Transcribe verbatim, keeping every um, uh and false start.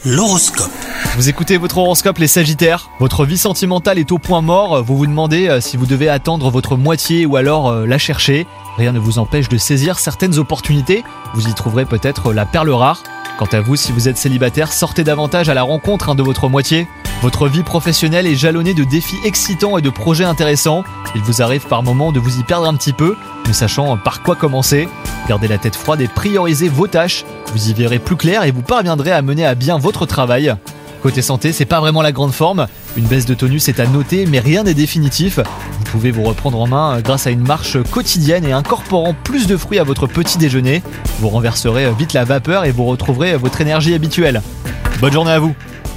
L'horoscope. Vous écoutez votre horoscope les Sagittaires, votre vie sentimentale est au point mort, vous vous demandez euh, si vous devez attendre votre moitié ou alors euh, la chercher. Rien ne vous empêche de saisir certaines opportunités, vous y trouverez peut-être la perle rare. Quant à vous, si vous êtes célibataire, sortez davantage à la rencontre hein, de votre moitié. Votre vie professionnelle est jalonnée de défis excitants et de projets intéressants. Il vous arrive par moments de vous y perdre un petit peu, ne sachant par quoi commencer. Gardez la tête froide et priorisez vos tâches. Vous y verrez plus clair et vous parviendrez à mener à bien votre travail. Côté santé, c'est pas vraiment la grande forme. Une baisse de tonus est à noter, mais rien n'est définitif. Vous pouvez vous reprendre en main grâce à une marche quotidienne et incorporant plus de fruits à votre petit déjeuner. Vous renverserez vite la vapeur et vous retrouverez votre énergie habituelle. Bonne journée à vous!